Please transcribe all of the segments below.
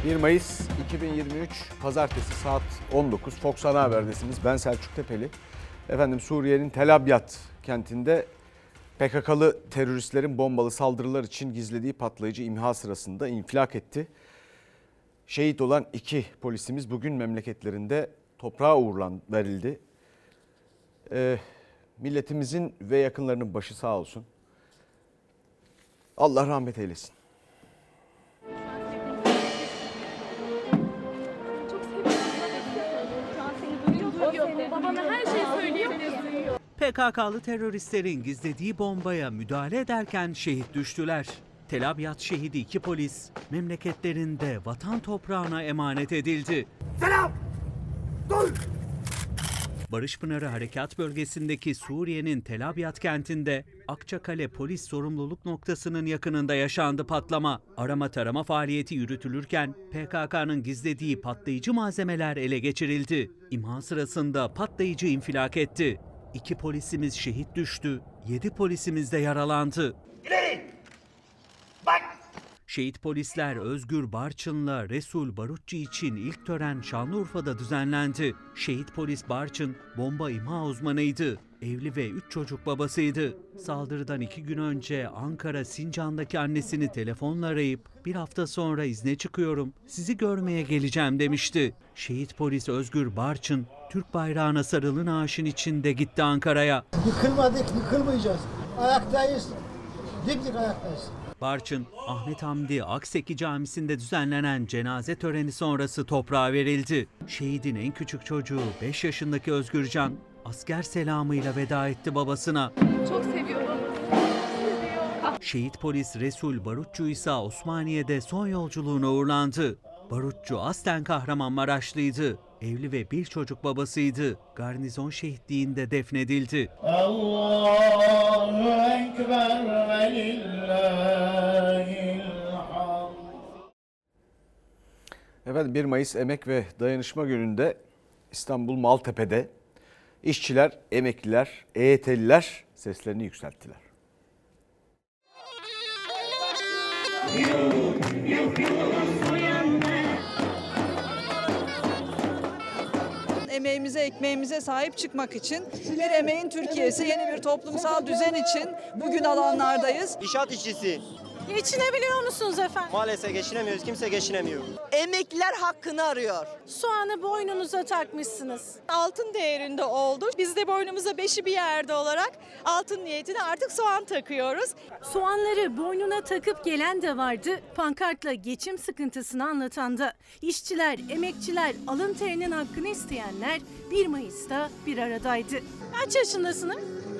1 Mayıs 2023 Pazartesi saat 19 Fox Ana Haber'desiniz. Ben Selçuk Tepeli. Efendim, Suriye'nin Tel Abyad kentinde PKK'lı teröristlerin bombalı saldırılar için gizlediği patlayıcı imha sırasında infilak etti. Şehit olan 2 polisimiz bugün memleketlerinde toprağa verildi. Milletimizin ve yakınlarının başı sağ olsun. Allah rahmet eylesin. PKK'lı teröristlerin gizlediği bombaya müdahale ederken şehit düştüler. Tel Abyad şehidi 2 polis memleketlerinde vatan toprağına emanet edildi. Selam! Dur! Barış Pınarı Harekat Bölgesi'ndeki Suriye'nin Tel Abyad kentinde Akçakale polis sorumluluk noktasının yakınında yaşandı patlama. Arama tarama faaliyeti yürütülürken PKK'nın gizlediği patlayıcı malzemeler ele geçirildi. İmha sırasında patlayıcı infilak etti. 2 polisimiz şehit düştü, 7 polisimiz de yaralandı. İleri! Bak! Şehit polisler Özgür Barçın'la Resul Barutçu için ilk tören Şanlıurfa'da düzenlendi. Şehit polis Barçın bomba imha uzmanıydı. Evli ve 3 çocuk babasıydı. Saldırıdan 2 gün önce Ankara Sincan'daki annesini telefonla arayıp bir hafta sonra izne çıkıyorum, sizi görmeye geleceğim demişti. Şehit polis Özgür Barçın Türk bayrağına sarılı naaşın içinde gitti Ankara'ya. Yıkılmadık, yıkılmayacağız. Ayaktayız, dimdik ayaktayız. Barçın, Ahmet Hamdi Akseki Camisi'nde düzenlenen cenaze töreni sonrası toprağa verildi. Şehidin en küçük çocuğu 5 yaşındaki Özgürcan, asker selamıyla veda etti babasına. Çok seviyorum. Şehit polis Resul Barutçu ise Osmaniye'de son yolculuğuna uğurlandı. Barutçu aslen Kahramanmaraşlıydı. Evli ve 1 çocuk babasıydı. Garnizon şehitliğinde defnedildi. Allahu Ekber ve lillahil hamd. Efendim, 1 Mayıs Emek ve Dayanışma Günü'nde İstanbul Maltepe'de işçiler, emekliler, EYT'liler seslerini yükselttiler. Emeğimize, ekmeğimize sahip çıkmak için, bir emeğin Türkiye'si, yeni bir toplumsal düzen için bugün alanlardayız. İnşaat işçisi. Geçinebiliyor musunuz efendim? Maalesef geçinemiyoruz. Kimse geçinemiyor. Emekliler hakkını arıyor. Soğanı boynunuza takmışsınız. Altın değerinde oldu. Biz de boynumuza beşi bir yerde olarak altın niyetine artık soğan takıyoruz. Soğanları boynuna takıp gelen de vardı. Pankartla geçim sıkıntısını anlatan da. İşçiler, emekçiler, alın terinin hakkını isteyenler 1 Mayıs'ta bir aradaydı. Kaç yaşındasınız?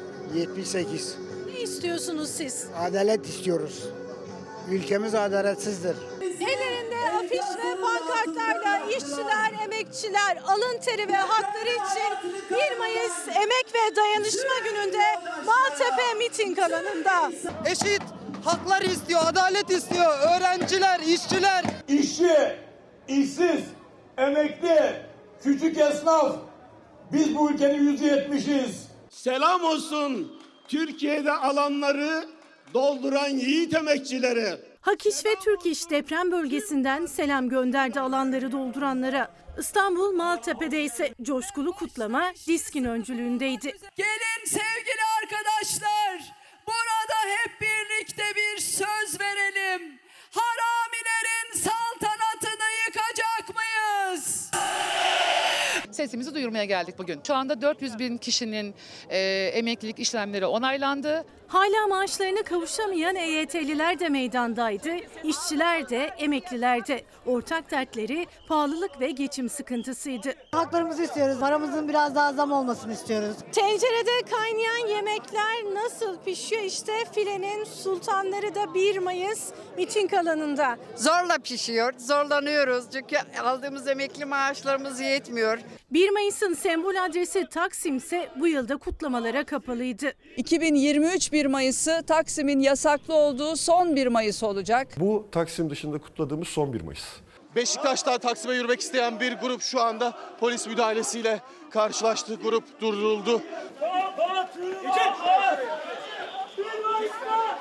78. Ne istiyorsunuz siz? Adalet istiyoruz. Ülkemiz adaletsizdir. Ellerinde afiş ve pankartlarla işçiler, emekçiler alın teri ve hakları için 1 Mayıs Emek ve Dayanışma Günü'nde Maltepe miting alanında. Eşit hakları istiyor, adalet istiyor. Öğrenciler, işçiler. İşçi, işsiz, emekli, küçük esnaf. Biz bu ülkenin %70'iz. Selam olsun Türkiye'de alanları dolduran yiğit emekçilere. Hak İş ve Türk İş deprem bölgesinden selam gönderdi alanları dolduranlara. İstanbul Maltepe'de ise coşkulu kutlama DİSK'in öncülüğündeydi. Gelin sevgili arkadaşlar, burada hep birlikte bir söz verelim. Haramilerin saltanatını yıkacak mıyız? Sesimizi duyurmaya geldik bugün. Şu anda 400 bin kişinin emeklilik işlemleri onaylandı. Hala maaşlarına kavuşamayan EYT'liler de meydandaydı. İşçiler de, emekliler de. Ortak dertleri pahalılık ve geçim sıkıntısıydı. Haklarımızı istiyoruz. Paramızın biraz daha zam olmasını istiyoruz. Tencerede kaynayan yemekler nasıl pişiyor? İşte filenin sultanları da 1 Mayıs miting alanında. Zorla pişiyor, zorlanıyoruz çünkü aldığımız emekli maaşlarımız yetmiyor. 1 Mayıs'ın sembol adresi Taksim ise bu yılda kutlamalara kapalıydı. 2023 1 Mayıs'ı Taksim'in yasaklı olduğu son 1 Mayıs olacak. Bu Taksim dışında kutladığımız son 1 Mayıs. Beşiktaş'tan Taksim'e yürümek isteyen bir grup şu anda polis müdahalesiyle karşılaştı. Grup durduruldu. 1 Mayıs'ta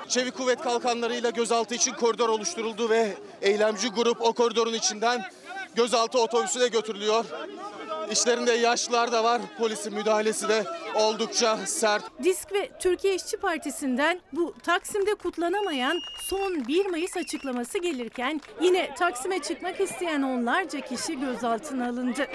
Çevik kuvvet kalkanlarıyla gözaltı için koridor oluşturuldu ve eylemci grup o koridorun içinden gözaltı otobüsüne götürülüyor. İçlerinde yaşlılar da var. Polisin müdahalesi de oldukça sert. DİSK ve Türkiye İşçi Partisi'nden bu Taksim'de kutlanamayan son 1 Mayıs açıklaması gelirken yine Taksim'e çıkmak isteyen onlarca kişi gözaltına alındı.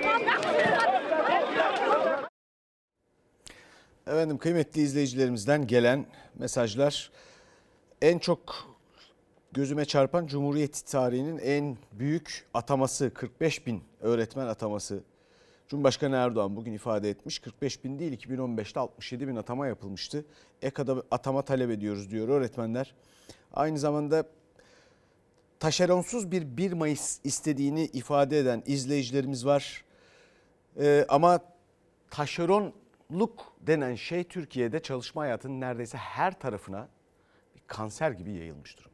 Efendim, kıymetli izleyicilerimizden gelen mesajlar, en çok gözüme çarpan Cumhuriyet tarihinin en büyük ataması, 45.000 öğretmen ataması. Cumhurbaşkanı Erdoğan bugün ifade etmiş, 45.000 değil 2015'te 67.000 atama yapılmıştı. Ek atama talep ediyoruz diyor öğretmenler. Aynı zamanda taşeronsuz bir 1 Mayıs istediğini ifade eden izleyicilerimiz var. Ama taşeronluk denen şey Türkiye'de çalışma hayatının neredeyse her tarafına bir kanser gibi yayılmış durumda.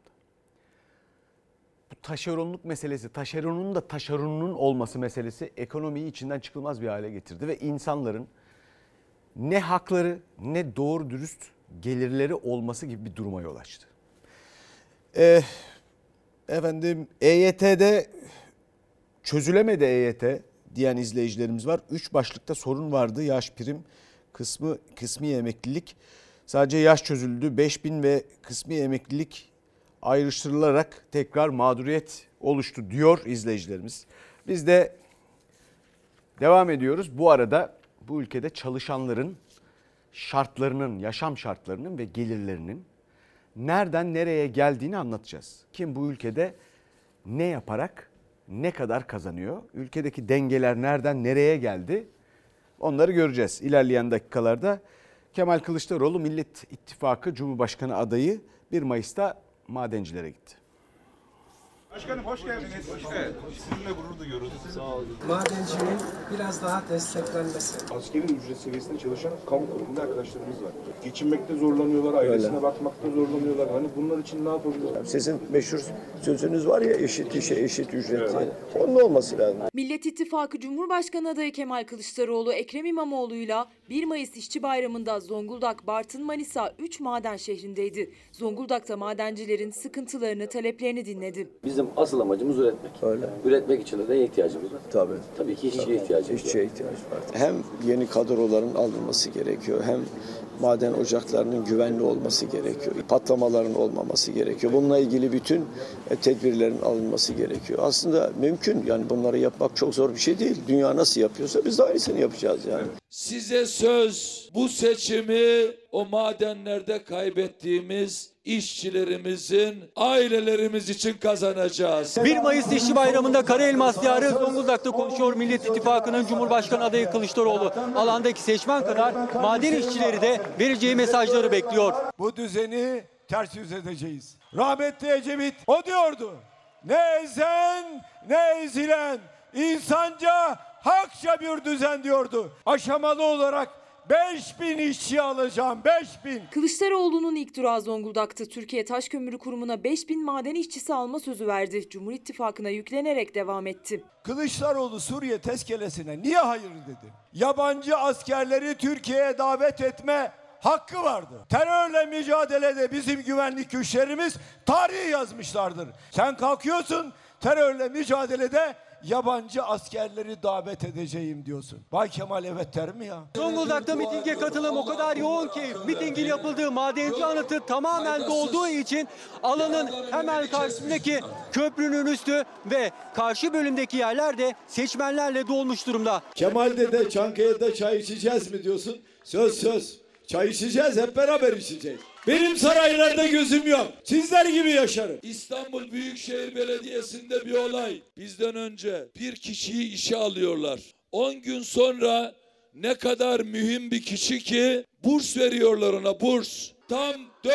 Bu taşeronluk meselesi, taşeronun da taşeronunun olması meselesi ekonomiyi içinden çıkılmaz bir hale getirdi ve insanların ne hakları ne doğru dürüst gelirleri olması gibi bir duruma yol açtı. Efendim, EYT'de çözülemedi EYT diyen izleyicilerimiz var. 3 başlıkta sorun vardı. Yaş prim, kısmi emeklilik. Sadece yaş çözüldü. 5.000 ve kısmi emeklilik ayrıştırılarak tekrar mağduriyet oluştu diyor izleyicilerimiz. Biz de devam ediyoruz. Bu arada bu ülkede çalışanların şartlarının, yaşam şartlarının ve gelirlerinin nereden nereye geldiğini anlatacağız. Kim bu ülkede ne yaparak ne kadar kazanıyor? Ülkedeki dengeler nereden nereye geldi? Onları göreceğiz ilerleyen dakikalarda. Kemal Kılıçdaroğlu Millet İttifakı Cumhurbaşkanı adayı 1 Mayıs'ta madencilere gitti. Başkanım hoş geldiniz. Evet, sizinle gurur duyuyoruz. Sağ olun. Madenciliğin biraz daha desteklenmesi. Asgari ücret seviyesinde çalışan kamu kurumunda arkadaşlarımız var. Geçinmekte zorlanıyorlar, ailesine bakmakta zorlanıyorlar. Hani bunlar için ne yapabiliriz? Sizin meşhur sözünüz var ya, eşit işe eşit ücret. Evet. Onun olması lazım. Millet İttifakı Cumhurbaşkanı adayı Kemal Kılıçdaroğlu, Ekrem İmamoğlu'yla 1 Mayıs İşçi Bayramı'nda Zonguldak, Bartın, Manisa 3 maden şehrindeydi. Zonguldak'ta madencilerin sıkıntılarını, taleplerini dinledi. Bizim asıl amacımız üretmek. Öyle. Üretmek için de neye ihtiyacımız var? Tabii ki işçiye ihtiyacımız var. İşçiye ihtiyaç var. Hem yeni kadroların alınması gerekiyor, hem maden ocaklarının güvenli olması gerekiyor. Patlamaların olmaması gerekiyor. Bununla ilgili bütün tedbirlerin alınması gerekiyor. Aslında mümkün. Yani bunları yapmak çok zor bir şey değil. Dünya nasıl yapıyorsa biz de aynısını yapacağız yani. Size söz, bu seçimi o madenlerde kaybettiğimiz işçilerimizin, ailelerimiz için kazanacağız. 1 Mayıs İşçi Bayramı'nda Karaelmas Diyarı Zonguldak'ta konuşuyor Millet İttifakı'nın Cumhurbaşkanı adayı Kılıçdaroğlu. Alandaki seçmen kadar maden işçileri de vereceği mesajları bekliyor. Bu düzeni ters yüz edeceğiz. Rahmetli Ecevit o diyordu. Ne ezen ne ezilen, insanca hakça bir düzen diyordu. Aşamalı olarak 5.000 işçi alacağım, 5.000. Kılıçdaroğlu'nun ilk durağı Zonguldak'tı. Türkiye Taş Kömürü Kurumu'na 5.000 maden işçisi alma sözü verdi. Cumhur İttifakı'na yüklenerek devam etti. Kılıçdaroğlu Suriye tezkelesine niye hayır dedi? Yabancı askerleri Türkiye'ye davet etme hakkı vardı. Terörle mücadelede bizim güvenlik güçlerimiz tarihi yazmışlardır. Sen kalkıyorsun terörle mücadelede yabancı askerleri davet edeceğim diyorsun. Bay Kemal evet der mi ya? Zonguldak'ta mitinge katılım o kadar yoğun ki mitingin yapıldığı madenci anıtı tamamen dolduğu için alanın hemen karşısındaki köprünün üstü ve karşı bölümdeki yerler de seçmenlerle dolmuş durumda. Kemal'de de Çankaya'da çay içeceğiz mi diyorsun? Söz. Çay içeceğiz, hep beraber içeceğiz. Benim saraylarda gözüm yok. Sizler gibi yaşarım. İstanbul Büyükşehir Belediyesi'nde bir olay. Bizden önce bir kişiyi işe alıyorlar. 10 gün sonra ne kadar mühim bir kişi ki burs veriyorlar ona, burs. Tam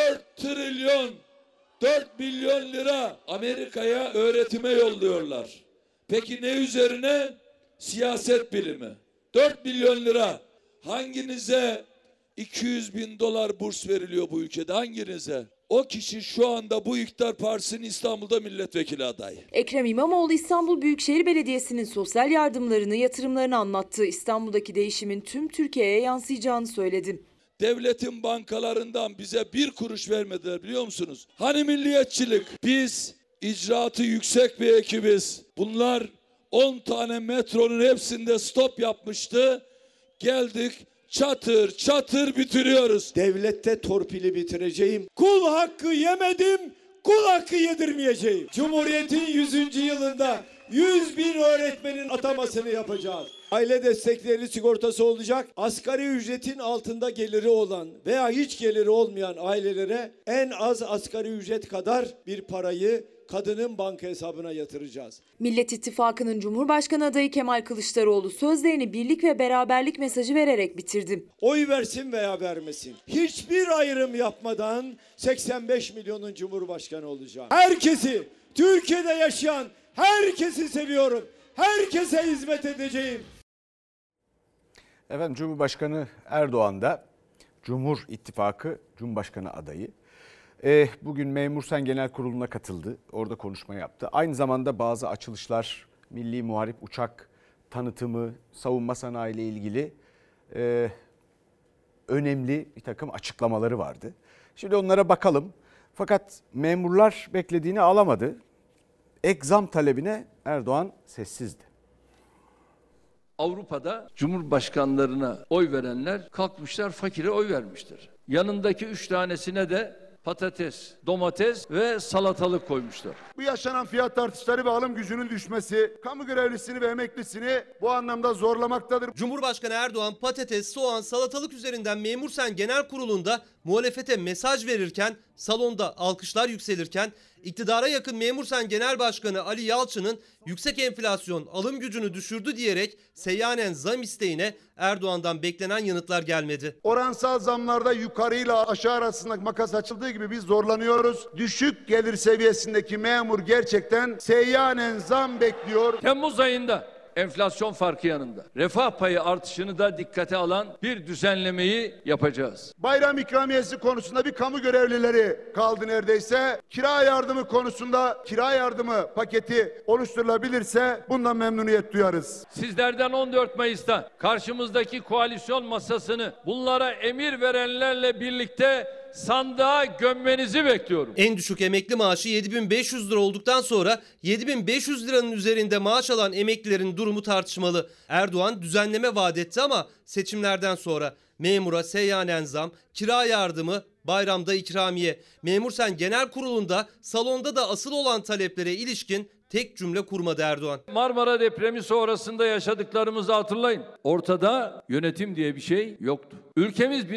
4 milyon lira Amerika'ya öğretime yolluyorlar. Peki ne üzerine? Siyaset bilimi. 4 milyon lira. Hanginize 200.000 dolar burs veriliyor bu ülkede, hanginize? O kişi şu anda bu iktidar partisinin İstanbul'da milletvekili adayı. Ekrem İmamoğlu İstanbul Büyükşehir Belediyesi'nin sosyal yardımlarını, yatırımlarını anlattı. İstanbul'daki değişimin tüm Türkiye'ye yansıyacağını söyledi. devletin bankalarından bize bir kuruş vermediler biliyor musunuz? Hani milliyetçilik? Biz icraatı yüksek bir ekibiz. Bunlar 10 tane metronun hepsinde stop yapmıştı. Geldik çatır çatır bitiriyoruz. Devlette torpili bitireceğim. Kul hakkı yemedim, kul hakkı yedirmeyeceğim. Cumhuriyetin 100. yılında 100.000 öğretmenin atamasını yapacağız. Aile destekleri sigortası olacak. Asgari ücretin altında geliri olan veya hiç geliri olmayan ailelere en az asgari ücret kadar bir parayı kadının banka hesabına yatıracağız. Millet İttifakı'nın Cumhurbaşkanı adayı Kemal Kılıçdaroğlu sözlerini birlik ve beraberlik mesajı vererek bitirdi. Oy versin veya vermesin, hiçbir ayrım yapmadan 85 milyonun Cumhurbaşkanı olacağım. Herkesi, Türkiye'de yaşayan herkesi seviyorum. Herkese hizmet edeceğim. Efendim Cumhurbaşkanı Erdoğan da Cumhur İttifakı Cumhurbaşkanı adayı. Bugün Memur Sen Genel Kurulu'na katıldı. Orada konuşma yaptı. Aynı zamanda bazı açılışlar, Milli Muharip Uçak tanıtımı, savunma sanayi ile ilgili önemli bir takım açıklamaları vardı. Şimdi onlara bakalım. Fakat memurlar beklediğini alamadı. Ek zam talebine Erdoğan sessizdi. Avrupa'da cumhurbaşkanlarına oy verenler kalkmışlar fakire oy vermiştir. Yanındaki 3 tanesine de patates, domates ve salatalık koymuşlar. Bu yaşanan fiyat artışları ve alım gücünün düşmesi kamu görevlisini ve emeklisini bu anlamda zorlamaktadır. Cumhurbaşkanı Erdoğan patates, soğan, salatalık üzerinden Memur Sen Genel Kurulu'nda muhalefete mesaj verirken, salonda alkışlar yükselirken iktidara yakın Memur Sen Genel Başkanı Ali Yalçın'ın yüksek enflasyon alım gücünü düşürdü diyerek seyyanen zam isteğine Erdoğan'dan beklenen yanıtlar gelmedi. Oransal zamlarda yukarıyla aşağı arasında makas açıldığı gibi biz zorlanıyoruz. Düşük gelir seviyesindeki memur gerçekten seyyanen zam bekliyor. Temmuz ayında enflasyon farkı yanında refah payı artışını da dikkate alan bir düzenlemeyi yapacağız. Bayram ikramiyesi konusunda bir kamu görevlileri kaldı neredeyse. Kira yardımı konusunda kira yardımı paketi oluşturulabilirse bundan memnuniyet duyarız. Sizlerden 14 Mayıs'ta karşımızdaki koalisyon masasını bunlara emir verenlerle birlikte sandığa gömmenizi bekliyorum. En düşük emekli maaşı 7.500 lira olduktan sonra 7.500 liranın üzerinde maaş alan emeklilerin durumu tartışmalı. Erdoğan düzenleme vaat etti ama seçimlerden sonra memura seyyanen zam, kira yardımı, bayramda ikramiye. Memur Sen Genel Kurulu'nda salonda da asıl olan taleplere ilişkin tek cümle kurmadı Erdoğan. Marmara depremi sonrasında yaşadıklarımızı hatırlayın. Ortada yönetim diye bir şey yoktu. Ülkemiz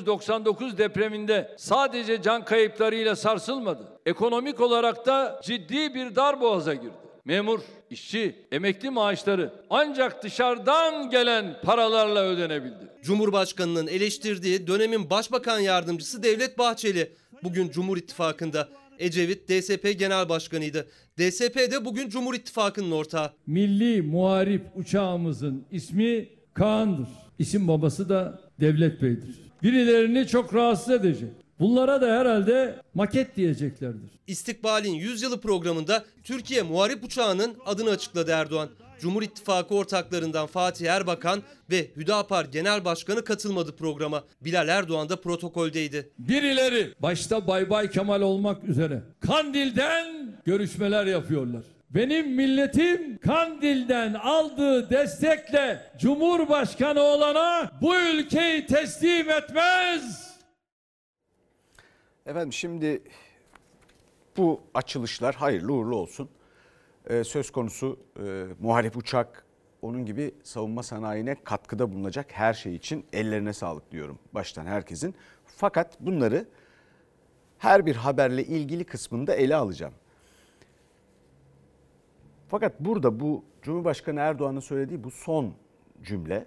1999 depreminde sadece can kayıplarıyla sarsılmadı. Ekonomik olarak da ciddi bir darboğaza girdi. Memur, işçi, emekli maaşları ancak dışarıdan gelen paralarla ödenebildi. Cumhurbaşkanının eleştirdiği dönemin Başbakan Yardımcısı Devlet Bahçeli bugün Cumhur İttifakı'nda. Ecevit DSP Genel Başkanıydı. DSP de bugün Cumhur İttifakı'nın ortağı. Milli Muharip uçağımızın ismi Kaan'dır. İsim babası da Devlet Bey'dir. Birilerini çok rahatsız edecek. Bunlara da herhalde maket diyeceklerdir. İstikbal'in 100 yılı programında Türkiye Muharip Uçağı'nın adını açıkladı Erdoğan. Cumhur İttifakı ortaklarından Fatih Erbakan ve Hüdapar Genel Başkanı katılmadı programa. Bilal Erdoğan da protokoldeydi. Birileri başta Bay Kemal olmak üzere Kandil'den görüşmeler yapıyorlar. Benim milletim Kandil'den aldığı destekle Cumhurbaşkanı olana bu ülkeyi teslim etmez. Efendim şimdi bu açılışlar hayırlı uğurlu olsun. Söz konusu muharip uçak, onun gibi savunma sanayine katkıda bulunacak her şey için ellerine sağlık diyorum baştan herkesin. Fakat bunları her bir haberle ilgili kısmında ele alacağım. Fakat burada bu Cumhurbaşkanı Erdoğan'ın söylediği bu son cümle,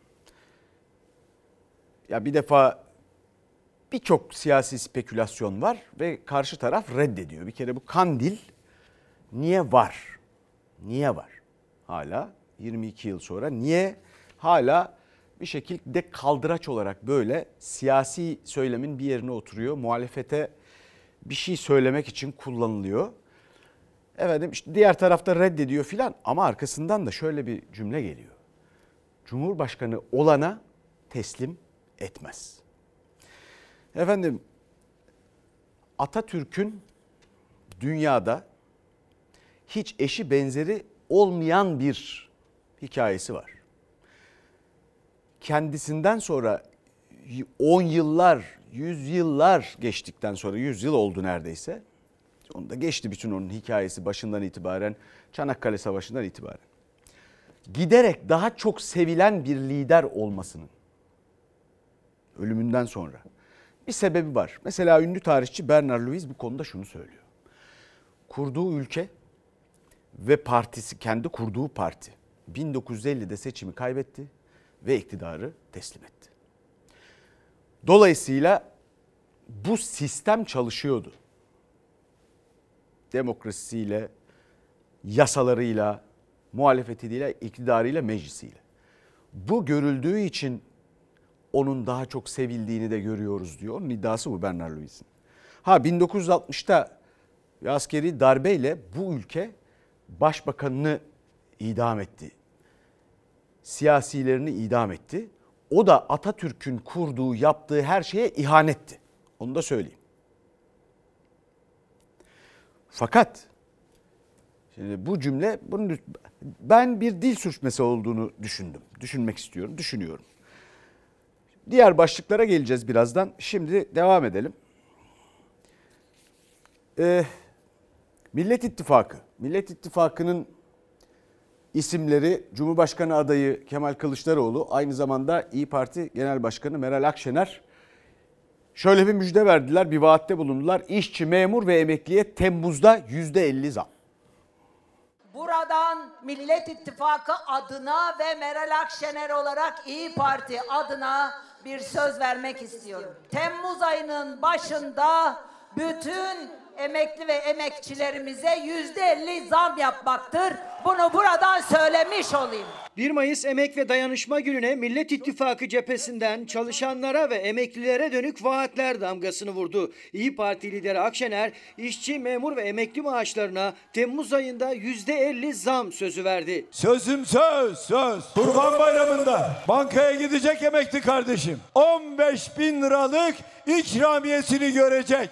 ya bir defa birçok siyasi spekülasyon var ve karşı taraf reddediyor. Bir kere bu Kandil niye var? Niye var? Hala 22 yıl sonra niye hala bir şekilde kaldıraç olarak böyle siyasi söylemin bir yerine oturuyor? Muhalefete bir şey söylemek için kullanılıyor. Efendim işte diğer tarafta reddediyor filan ama arkasından da şöyle bir cümle geliyor. Cumhurbaşkanı olana teslim etmez. Efendim, Atatürk'ün dünyada hiç eşi benzeri olmayan bir hikayesi var. Kendisinden sonra 10 yıllar, 100 yıllar geçtikten sonra, 100 yıl oldu neredeyse. Onu da geçti bütün onun hikayesi başından itibaren, Çanakkale Savaşı'ndan itibaren. Giderek daha çok sevilen bir lider olmasının ölümünden sonra bir sebebi var. Mesela ünlü tarihçi Bernard Lewis bu konuda şunu söylüyor. Kurduğu ülke ve partisi, kendi kurduğu parti 1950'de seçimi kaybetti ve iktidarı teslim etti. Dolayısıyla bu sistem çalışıyordu. Demokrasisiyle, yasalarıyla, muhalefetiyle, iktidarıyla, meclisiyle. Bu görüldüğü için onun daha çok sevildiğini de görüyoruz diyor. Onun iddiası bu Bernard Lewis'in. 1960'ta bir askeri darbeyle bu ülke başbakanını idam etti. Siyasilerini idam etti. O da Atatürk'ün kurduğu, yaptığı her şeye ihanetti. Onu da söyleyeyim. Fakat şimdi bu cümle, ben bir dil sürçmesi olduğunu düşünmek istiyorum, düşünüyorum. Diğer başlıklara geleceğiz birazdan. Şimdi devam edelim. Millet İttifakı. Millet İttifakı'nın isimleri Cumhurbaşkanı adayı Kemal Kılıçdaroğlu, aynı zamanda İYİ Parti Genel Başkanı Meral Akşener şöyle bir müjde verdiler, bir vaatte bulundular. İşçi, memur ve emekliye Temmuz'da %50 zam. Buradan Millet İttifakı adına ve Meral Akşener olarak İYİ Parti adına bir söz vermek istiyorum. Temmuz ayının başında bütün emekli ve emekçilerimize %50 zam yapmaktır. Bunu buradan söylemiş olayım. 1 Mayıs Emek ve Dayanışma Günü'ne Millet İttifakı cephesinden çalışanlara ve emeklilere dönük vaatler damgasını vurdu. İYİ Parti lideri Akşener, işçi, memur ve emekli maaşlarına Temmuz ayında %50 zam sözü verdi. Sözüm söz. Kurban Bayramı'nda bankaya gidecek emekli kardeşim 15.000 liralık ikramiyesini görecek.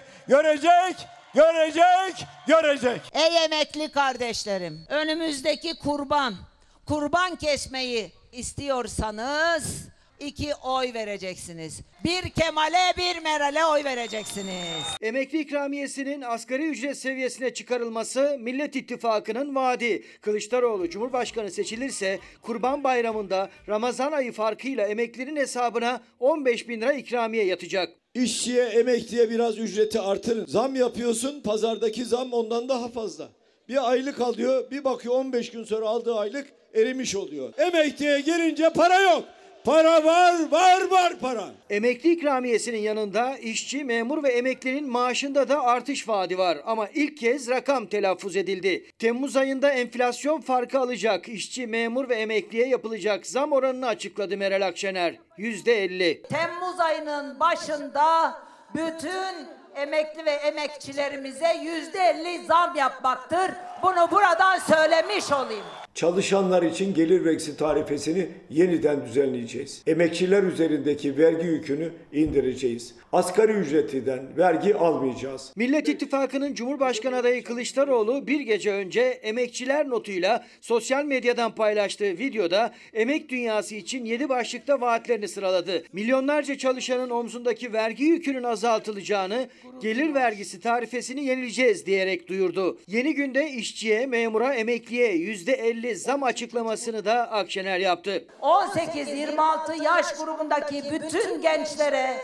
Ey emekli kardeşlerim, önümüzdeki kurban kesmeyi istiyorsanız 2 oy vereceksiniz. Bir Kemal'e, bir Meral'e oy vereceksiniz. Emekli ikramiyesinin asgari ücret seviyesine çıkarılması Millet İttifakı'nın vaadi. Kılıçdaroğlu Cumhurbaşkanı seçilirse Kurban Bayramı'nda Ramazan ayı farkıyla emeklinin hesabına 15.000 lira ikramiye yatacak. İşçiye, emekliye biraz ücreti artırın. Zam yapıyorsun, pazardaki zam ondan daha fazla. Bir aylık alıyor, bir bakıyor 15 gün sonra aldığı aylık erimiş oluyor. Emekliye gelince para yok. Para var para. Emekli ikramiyesinin yanında işçi, memur ve emeklinin maaşında da artış vaadi var. Ama ilk kez rakam telaffuz edildi. Temmuz ayında enflasyon farkı alacak işçi, memur ve emekliye yapılacak zam oranını açıkladı Meral Akşener. %50. Temmuz ayının başında bütün emekli ve emekçilerimize %50 zam yapmaktır. Bunu buradan söylemiş olayım. Çalışanlar için gelir vergisi tarifesini yeniden düzenleyeceğiz. Emekçiler üzerindeki vergi yükünü indireceğiz. Asgari ücretiden vergi almayacağız. Millet İttifakı'nın Cumhurbaşkanı adayı Kılıçdaroğlu bir gece önce emekçiler notuyla sosyal medyadan paylaştığı videoda emek dünyası için 7 başlıkta vaatlerini sıraladı. Milyonlarca çalışanın omzundaki vergi yükünün azaltılacağını, gelir vergisi tarifesini yenileceğiz diyerek duyurdu. Yeni günde işçiye, memura, emekliye %50 zam açıklamasını da Akşener yaptı. 18-26 yaş grubundaki bütün gençlere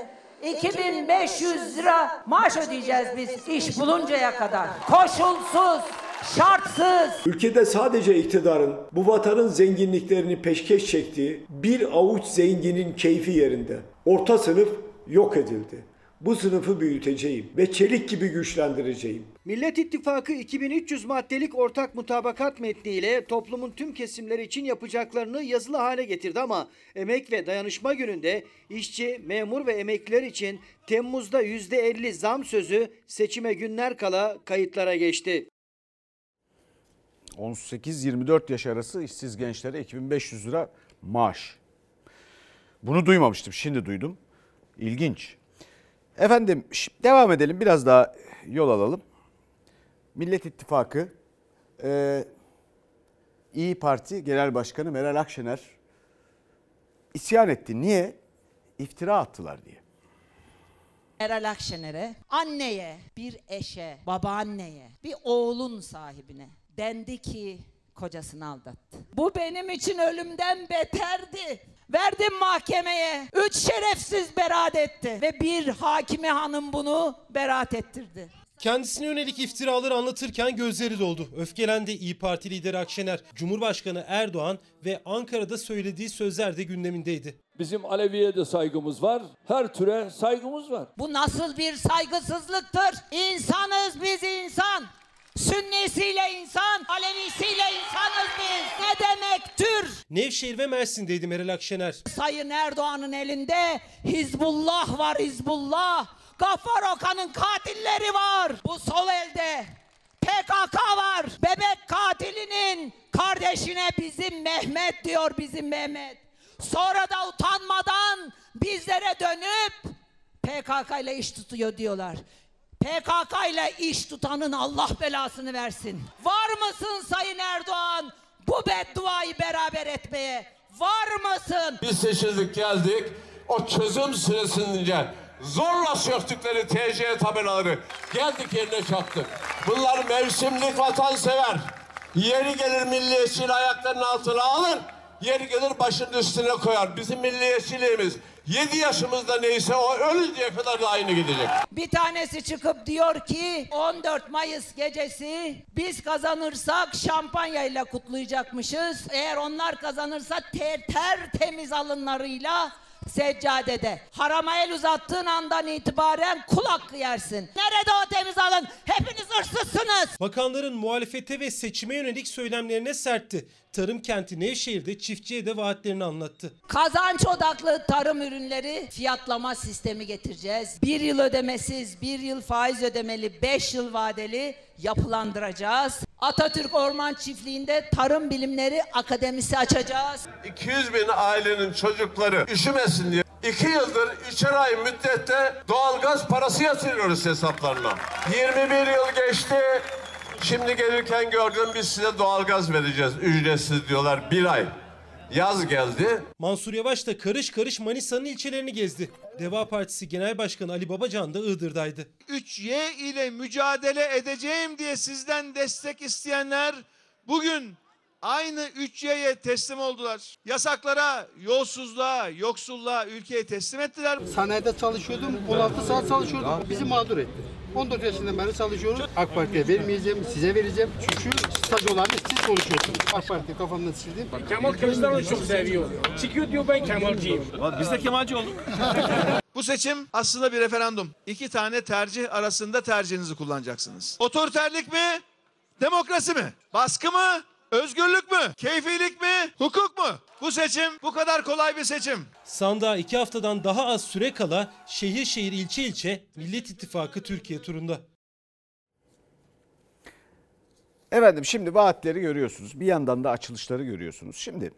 2500 lira maaş ödeyeceğiz biz iş buluncaya kadar. Koşulsuz, şartsız. Ülkede sadece iktidarın bu vatanın zenginliklerini peşkeş çektiği bir avuç zenginin keyfi yerinde. Orta sınıf yok edildi. Bu sınıfı büyüteceğim ve çelik gibi güçlendireceğim. Millet İttifakı 2300 maddelik ortak mutabakat metniyle toplumun tüm kesimleri için yapacaklarını yazılı hale getirdi ama Emek ve Dayanışma Günü'nde işçi, memur ve emekliler için Temmuz'da %50 zam sözü seçime günler kala kayıtlara geçti. 18-24 yaş arası işsiz gençlere 2500 lira maaş. Bunu duymamıştım, şimdi duydum. İlginç. Efendim devam edelim, biraz daha yol alalım. Millet İttifakı İYİ Parti Genel Başkanı Meral Akşener isyan etti. Niye? İftira attılar diye. Meral Akşener'e, anneye, bir eşe, babaanneye, bir oğlun sahibine dendi ki kocasını aldattı. Bu benim için ölümden beterdi. Verdim mahkemeye. 3 şerefsiz beraat etti. Ve bir hakime hanım bunu beraat ettirdi. Kendisine yönelik iftiraları anlatırken gözleri doldu. Öfkelendi İYİ Parti lideri Akşener. Cumhurbaşkanı Erdoğan ve Ankara'da söylediği sözler de gündemindeydi. Bizim Alevi'ye de saygımız var. Her türe saygımız var. Bu nasıl bir saygısızlıktır? İnsanız biz, insan. Sünnisiyle insan, Alevisiyle insanız biz. Ne demek tür? Nevşehir ve Mersin'deydi Meral Akşener. Sayın Erdoğan'ın elinde Hizbullah var, Hizbullah. Gaffar Okan'ın katilleri var. Bu sol elde PKK var. Bebek katilinin kardeşine bizim Mehmet diyor, bizim Mehmet. Sonra da utanmadan bizlere dönüp PKK ile iş tutuyor diyorlar. PKK ile iş tutanın Allah belasını versin. Var mısın Sayın Erdoğan bu bedduayı beraber etmeye? Var mısın? Biz seçildik, geldik. O çözüm süresince zorla söktükleri TC tabelaları geldik yerine çaktık. Bunlar mevsimlik vatansever. Yeri gelir milliyetçiliği ayaklarının altına alır. Yeri gelir başının üstüne koyar. Bizim milliyetçiliğimiz 7 yaşımızda neyse o ölünceye kadar da aynı gidecek. Bir tanesi çıkıp diyor ki 14 Mayıs gecesi biz kazanırsak şampanyayla kutlayacakmışız. Eğer onlar kazanırsa tertemiz alınlarıyla seccadede. Harama el uzattığın andan itibaren kul hakkı yersin. Nerede o temiz alın? Hepiniz hırsızsınız. Bakanların muhalefete ve seçime yönelik söylemlerine sertti. Tarım kenti Nevşehir'de çiftçiye de vaatlerini anlattı. Kazanç odaklı tarım ürünleri fiyatlama sistemi getireceğiz. 1 yıl ödemesiz, 1 yıl faiz ödemeli, 5 yıl vadeli yapılandıracağız. Atatürk Orman Çiftliği'nde Tarım Bilimleri Akademisi açacağız. 200 bin ailenin çocukları üşümesin diye 2 yıldır 3'er ay müddette doğalgaz parası yatırıyoruz hesaplarına. 21 yıl geçti. Şimdi gelirken gördüm, biz size doğalgaz vereceğiz ücretsiz diyorlar, 1 ay. Yaz geldi. Mansur Yavaş da karış karış Manisa'nın ilçelerini gezdi. Deva Partisi Genel Başkanı Ali Babacan da Iğdır'daydı. 3Y ile mücadele edeceğim diye sizden destek isteyenler bugün aynı 3Y'ye teslim oldular. Yasaklara, yolsuzluğa, yoksulluğa ülkeyi teslim ettiler. Sanayide çalışıyordum, 16 saat çalışıyordum. Bizi mağdur etti. 14 yaşından beri çalışıyorum. AK Parti'ye vermeyeceğim, size vereceğim. Çünkü stajyolarını siz konuşuyorsunuz. AK Parti kafamdan sildim. Kemal Kılıçdaroğlu çok seviyor. Çıkıyor diyor ben Kemalciyim. Biz de Kemalci olduk. Bu seçim aslında bir referandum. 2 tane tercih arasında tercihinizi kullanacaksınız. Otoriterlik mi? Demokrasi mi? Baskı mı? Özgürlük mü? Keyfilik mi? Hukuk mu? Bu seçim bu kadar kolay bir seçim. Sandığa 2 haftadan daha az süre kala şehir şehir ilçe ilçe Millet İttifakı Türkiye turunda. Efendim şimdi vaatleri görüyorsunuz. Bir yandan da açılışları görüyorsunuz. Şimdi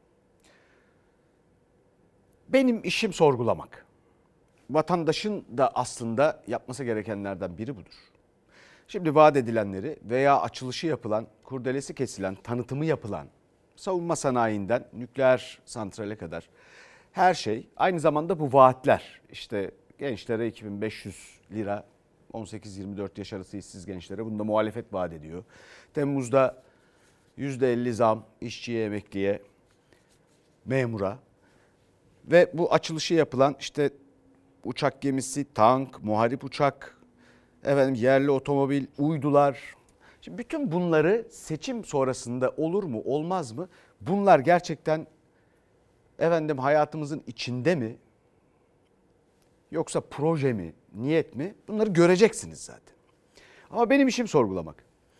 benim işim sorgulamak. Vatandaşın da aslında yapması gerekenlerden biri budur. Şimdi vaat edilenleri veya açılışı yapılan, kurdelesi kesilen, tanıtımı yapılan, savunma sanayinden nükleer santrale kadar her şey, aynı zamanda bu vaatler. İşte gençlere 2500 lira, 18-24 yaş arası işsiz gençlere, bunu da muhalefet vaat ediyor. Temmuz'da %50 zam işçiye, emekliye, memura ve bu açılışı yapılan işte uçak gemisi, tank, muharip uçak, yerli otomobil, uydular. Şimdi bütün bunları seçim sonrasında olur mu, olmaz mı? Bunlar gerçekten hayatımızın içinde mi? Yoksa proje mi, niyet mi? Bunları göreceksiniz zaten. Ama benim işim sorgulamak.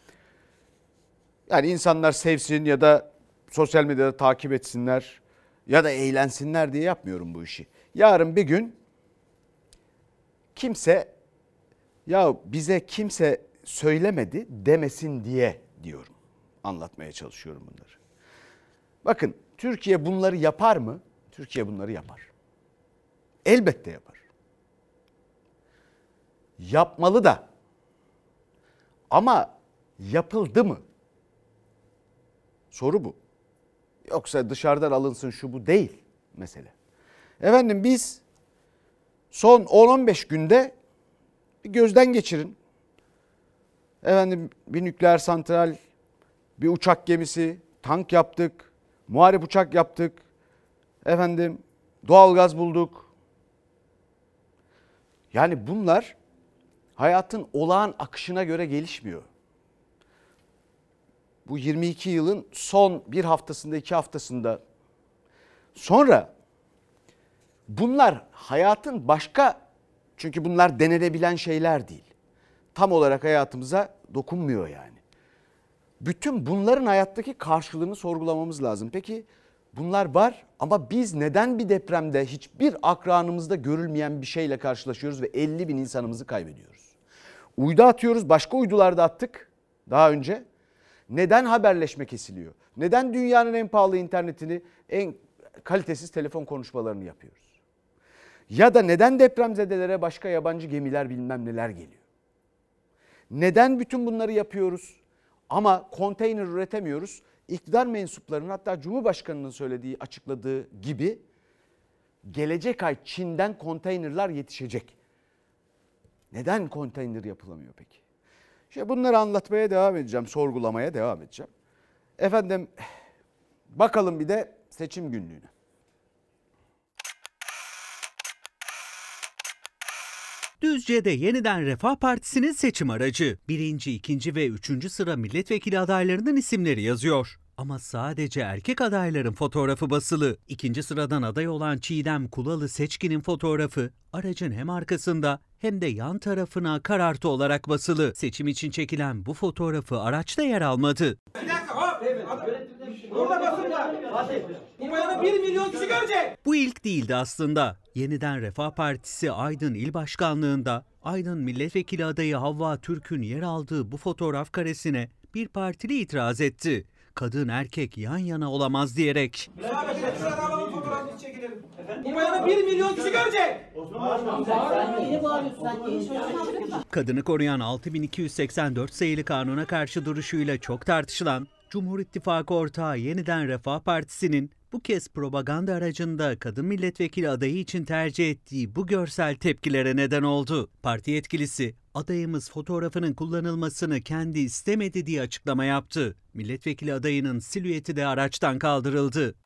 Yani insanlar sevsin ya da sosyal medyada takip etsinler ya da eğlensinler diye yapmıyorum bu işi. Yarın bir gün kimse ya bize kimse söylemedi demesin diye diyorum. Anlatmaya çalışıyorum bunları. Bakın Türkiye bunları yapar mı? Türkiye bunları yapar. Elbette yapar. Yapmalı da. Ama yapıldı mı? Soru bu. Yoksa dışarıdan alınsın şu bu değil mesele. Efendim biz son 10-15 günde bir gözden geçirin. Efendim bir nükleer santral, bir uçak gemisi, tank yaptık, muharip uçak yaptık. Efendim doğalgaz bulduk. Yani bunlar hayatın olağan akışına göre gelişmiyor. Bu 22 yılın son bir haftasında, 2 haftasında. Sonra bunlar hayatın başka, çünkü bunlar denenebilen şeyler değil. Tam olarak hayatımıza dokunmuyor yani. Bütün bunların hayattaki karşılığını sorgulamamız lazım. Peki bunlar var ama biz neden bir depremde hiçbir akranımızda görülmeyen bir şeyle karşılaşıyoruz ve 50 bin insanımızı kaybediyoruz? Uydu atıyoruz, başka uydularda attık daha önce. Neden haberleşme kesiliyor? Neden dünyanın en pahalı internetini, en kalitesiz telefon konuşmalarını yapıyoruz? Ya da neden depremzedelere başka yabancı gemiler bilmem neler geliyor? Neden bütün bunları yapıyoruz ama konteyner üretemiyoruz? İktidar mensuplarının, hatta Cumhurbaşkanı'nın söylediği, açıkladığı gibi gelecek ay Çin'den konteynerler yetişecek. Neden konteyner yapılamıyor peki? İşte bunları anlatmaya devam edeceğim, sorgulamaya devam edeceğim. Efendim bakalım bir de seçim günlüğüne. Düzce'de yeniden Refah Partisi'nin seçim aracı. 1., 2. ve 3. sıra milletvekili adaylarının isimleri yazıyor. Ama sadece erkek adayların fotoğrafı basılı. 2. sıradan aday olan Çiğdem Kulalı Seçkin'in fotoğrafı aracın hem arkasında hem de yan tarafına karartı olarak basılı. Seçim için çekilen bu fotoğrafı araçta yer almadı. Bir dakika hop. Burada basınca. Bu bayanı 1 milyon kişi görecek. Bu ilk değildi aslında. Yeniden Refah Partisi Aydın İl Başkanlığı'nda Aydın Milletvekili adayı Havva Türk'ün yer aldığı bu fotoğraf karesine bir partili itiraz etti. Kadın erkek yan yana olamaz diyerek. Bu bayanı 1 milyon kişi görecek. Kadını koruyan 6284 sayılı kanuna karşı duruşuyla çok tartışılan Cumhur İttifakı ortağı Yeniden Refah Partisi'nin bu kez propaganda aracında kadın milletvekili adayı için tercih ettiği bu görsel tepkilere neden oldu. Parti yetkilisi adayımız fotoğrafının kullanılmasını kendi istemedi diye açıklama yaptı. Milletvekili adayının silüeti de araçtan kaldırıldı.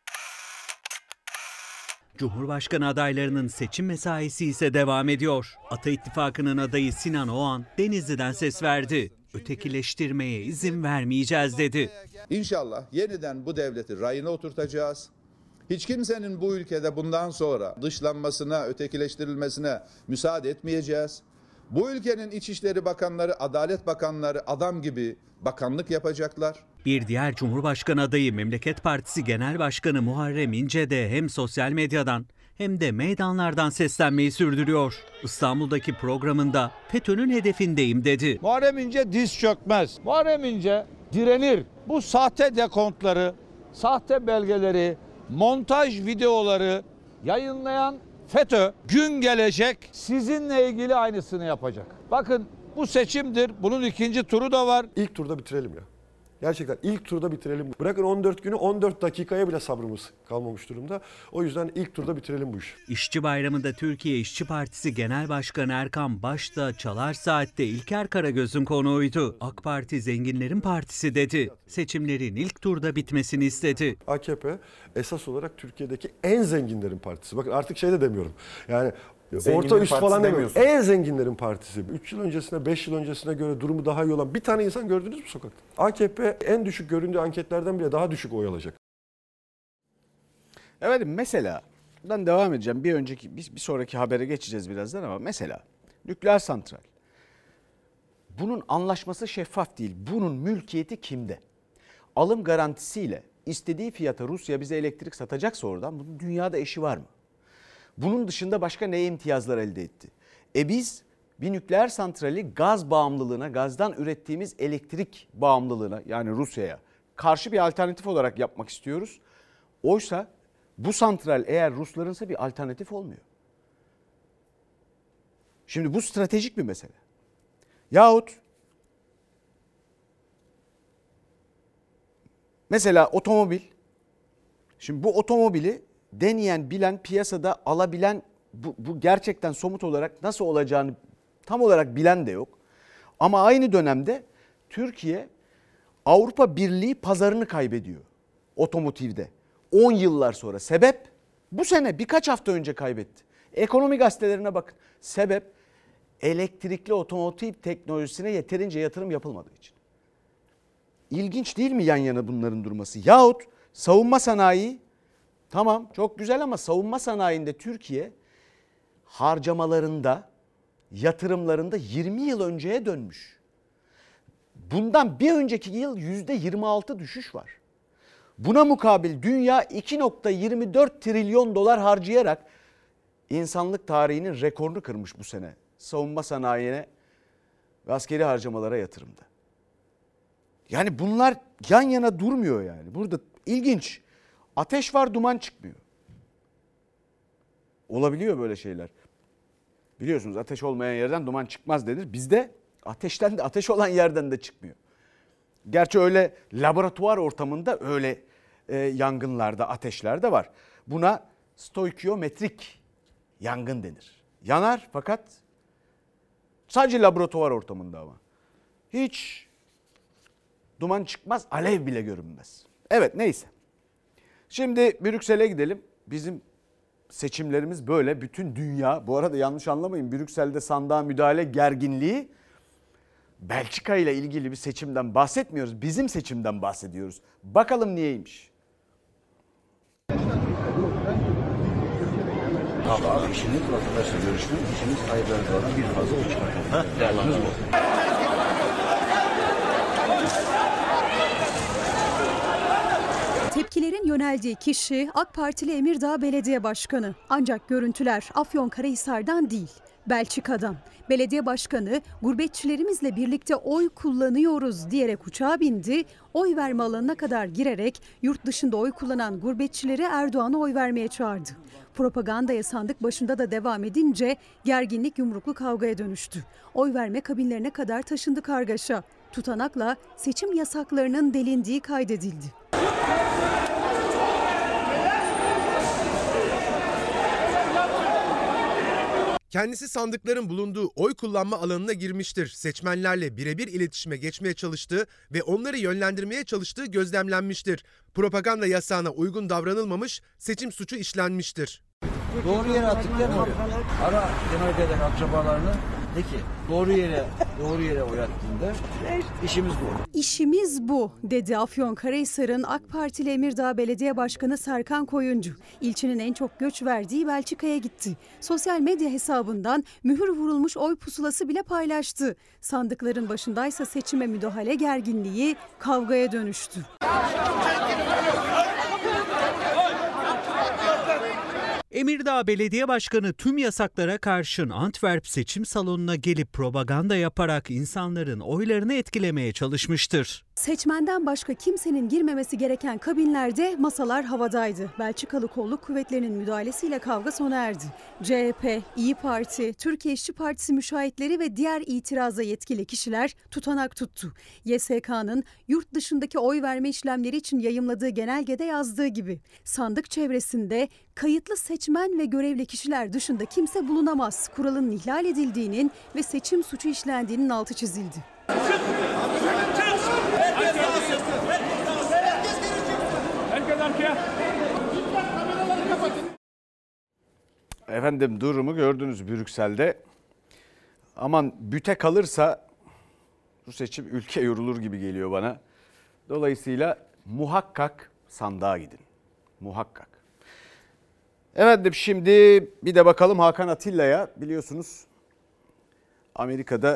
Cumhurbaşkanı adaylarının seçim mesaisi ise devam ediyor. Ata İttifakı'nın adayı Sinan Oğan Denizli'den ses verdi. Ötekileştirmeye izin vermeyeceğiz dedi. İnşallah yeniden bu devleti rayına oturtacağız. Hiç kimsenin bu ülkede bundan sonra dışlanmasına, ötekileştirilmesine müsaade etmeyeceğiz. Bu ülkenin İçişleri Bakanları, Adalet Bakanları adam gibi bakanlık yapacaklar. Bir diğer Cumhurbaşkanı adayı Memleket Partisi Genel Başkanı Muharrem İnce de hem sosyal medyadan hem de meydanlardan seslenmeyi sürdürüyor. İstanbul'daki programında FETÖ'nün hedefindeyim dedi. Muharrem İnce diz çökmez. Muharrem İnce direnir. Bu sahte dekontları, sahte belgeleri, montaj videoları yayınlayan FETÖ gün gelecek sizinle ilgili aynısını yapacak. Bakın bu seçimdir. Bunun ikinci turu da var. İlk turda bitirelim ya. Gerçekten ilk turda bitirelim. Bırakın 14 günü 14 dakikaya bile sabrımız kalmamış durumda. O yüzden ilk turda bitirelim bu işi. İşçi Bayramı'nda Türkiye İşçi Partisi Genel Başkanı Erkan Baş'ta Çalar Saat'te İlker Karagöz'ün konuğuydu. AK Parti zenginlerin partisi dedi. Seçimlerin ilk turda bitmesini istedi. AKP esas olarak Türkiye'deki en zenginlerin partisi. Bakın artık şey de demiyorum. Yani orta üst falan demiyorum. En zenginlerin partisi. 3 yıl öncesine, 5 yıl öncesine göre durumu daha iyi olan bir tane insan gördünüz mü sokakta? AKP en düşük göründüğü anketlerden bile daha düşük oy alacak. Evet, mesela buradan devam edeceğim. Bir sonraki habere geçeceğiz birazdan ama mesela nükleer santral. Bunun anlaşması şeffaf değil. Bunun mülkiyeti kimde? Alım garantisiyle istediği fiyata Rusya bize elektrik satacaksa oradan bunun dünyada eşi var mı? Bunun dışında başka ne imtiyazlar elde etti? Biz bir nükleer santrali gaz bağımlılığına, gazdan ürettiğimiz elektrik bağımlılığına, yani Rusya'ya karşı bir alternatif olarak yapmak istiyoruz. Oysa bu santral eğer Ruslarınsa bir alternatif olmuyor. Şimdi bu stratejik bir mesele. Yahut mesela otomobil. Şimdi bu otomobili deneyen, bilen, piyasada alabilen, bu gerçekten somut olarak nasıl olacağını tam olarak bilen de yok. Ama aynı dönemde Türkiye Avrupa Birliği pazarını kaybediyor otomotivde. 10 yıllar sonra. Sebep? Bu sene birkaç hafta önce kaybetti. Ekonomi gazetelerine bakın. Sebep elektrikli otomotiv teknolojisine yeterince yatırım yapılmadığı için. İlginç değil mi yan yana bunların durması? Yahut savunma sanayi, tamam çok güzel ama savunma sanayinde Türkiye harcamalarında, yatırımlarında 20 yıl önceye dönmüş. Bundan bir önceki yıl %26 düşüş var. Buna mukabil dünya 2.24 trilyon dolar harcayarak insanlık tarihinin rekorunu kırmış bu sene. Savunma sanayine ve askeri harcamalara yatırımda. Yani bunlar yan yana durmuyor yani. Burada ilginç. Ateş var, duman çıkmıyor. Olabiliyor böyle şeyler. Biliyorsunuz ateş olmayan yerden duman çıkmaz denir. Bizde ateşten de, ateş olan yerden de çıkmıyor. Gerçi öyle laboratuvar ortamında öyle yangınlarda, ateşlerde var. Buna stoikiyometrik yangın denir. Yanar fakat sadece laboratuvar ortamında ama. Hiç duman çıkmaz, alev bile görünmez. Evet, neyse. Şimdi Brüksel'e gidelim. Bizim seçimlerimiz böyle. Bütün dünya, bu arada yanlış anlamayın, Brüksel'de sandığa müdahale gerginliği, Belçika ile ilgili bir seçimden bahsetmiyoruz. Bizim seçimden bahsediyoruz. Bakalım niyeymiş? Abi işiniz vatandaşla görüşmek, işiniz hayırlarınızdan bir fazla o çıkartmak. Derdiniz bu. Tepkilerin yöneldiği kişi AK Partili Emirdağ Belediye Başkanı. Ancak görüntüler Afyonkarahisar'dan değil, Belçika'dan. Belediye başkanı gurbetçilerimizle birlikte oy kullanıyoruz diyerek uçağa bindi. Oy verme alanına kadar girerek yurt dışında oy kullanan gurbetçileri Erdoğan'a oy vermeye çağırdı. Propagandaya sandık başında da devam edince gerginlik yumruklu kavgaya dönüştü. Oy verme kabinlerine kadar taşındı kargaşa. Tutanakla seçim yasaklarının delindiği kaydedildi. Kendisi sandıkların bulunduğu oy kullanma alanına girmiştir. Seçmenlerle birebir iletişime geçmeye çalıştığı ve onları yönlendirmeye çalıştığı gözlemlenmiştir. Propaganda yasağına uygun davranılmamış, seçim suçu işlenmiştir. Doğru yere attık değil mi? Ara Kemal Bey'den akrabalarını, de ki doğru yere oy attığında işimiz bu. İşimiz bu dedi Afyonkarahisar'ın AK Partili Emirdağ Belediye Başkanı Serkan Koyuncu. İlçenin en çok göç verdiği Belçika'ya gitti. Sosyal medya hesabından mühür vurulmuş oy pusulası bile paylaştı. Sandıkların başındaysa seçime müdahale gerginliği kavgaya dönüştü. Emirdağ Belediye Başkanı tüm yasaklara karşın Antwerp seçim salonuna gelip propaganda yaparak insanların oylarını etkilemeye çalışmıştır. Seçmenden başka kimsenin girmemesi gereken kabinlerde masalar havadaydı. Belçikalı kolluk kuvvetlerinin müdahalesiyle kavga sona erdi. CHP, İyi Parti, Türkiye İşçi Partisi müşahitleri ve diğer itiraza yetkili kişiler tutanak tuttu. YSK'nın yurt dışındaki oy verme işlemleri için yayımladığı genelgede yazdığı gibi sandık çevresinde kayıtlı seçmen ve görevli kişiler dışında kimse bulunamaz. Kuralın ihlal edildiğinin ve seçim suçu işlendiğinin altı çizildi. Efendim durumu gördünüz Brüksel'de. Aman büte kalırsa bu seçim ülke yorulur gibi geliyor bana. Dolayısıyla muhakkak sandığa gidin. Muhakkak. Efendim şimdi bir de bakalım Hakan Atilla'ya. Biliyorsunuz Amerika'da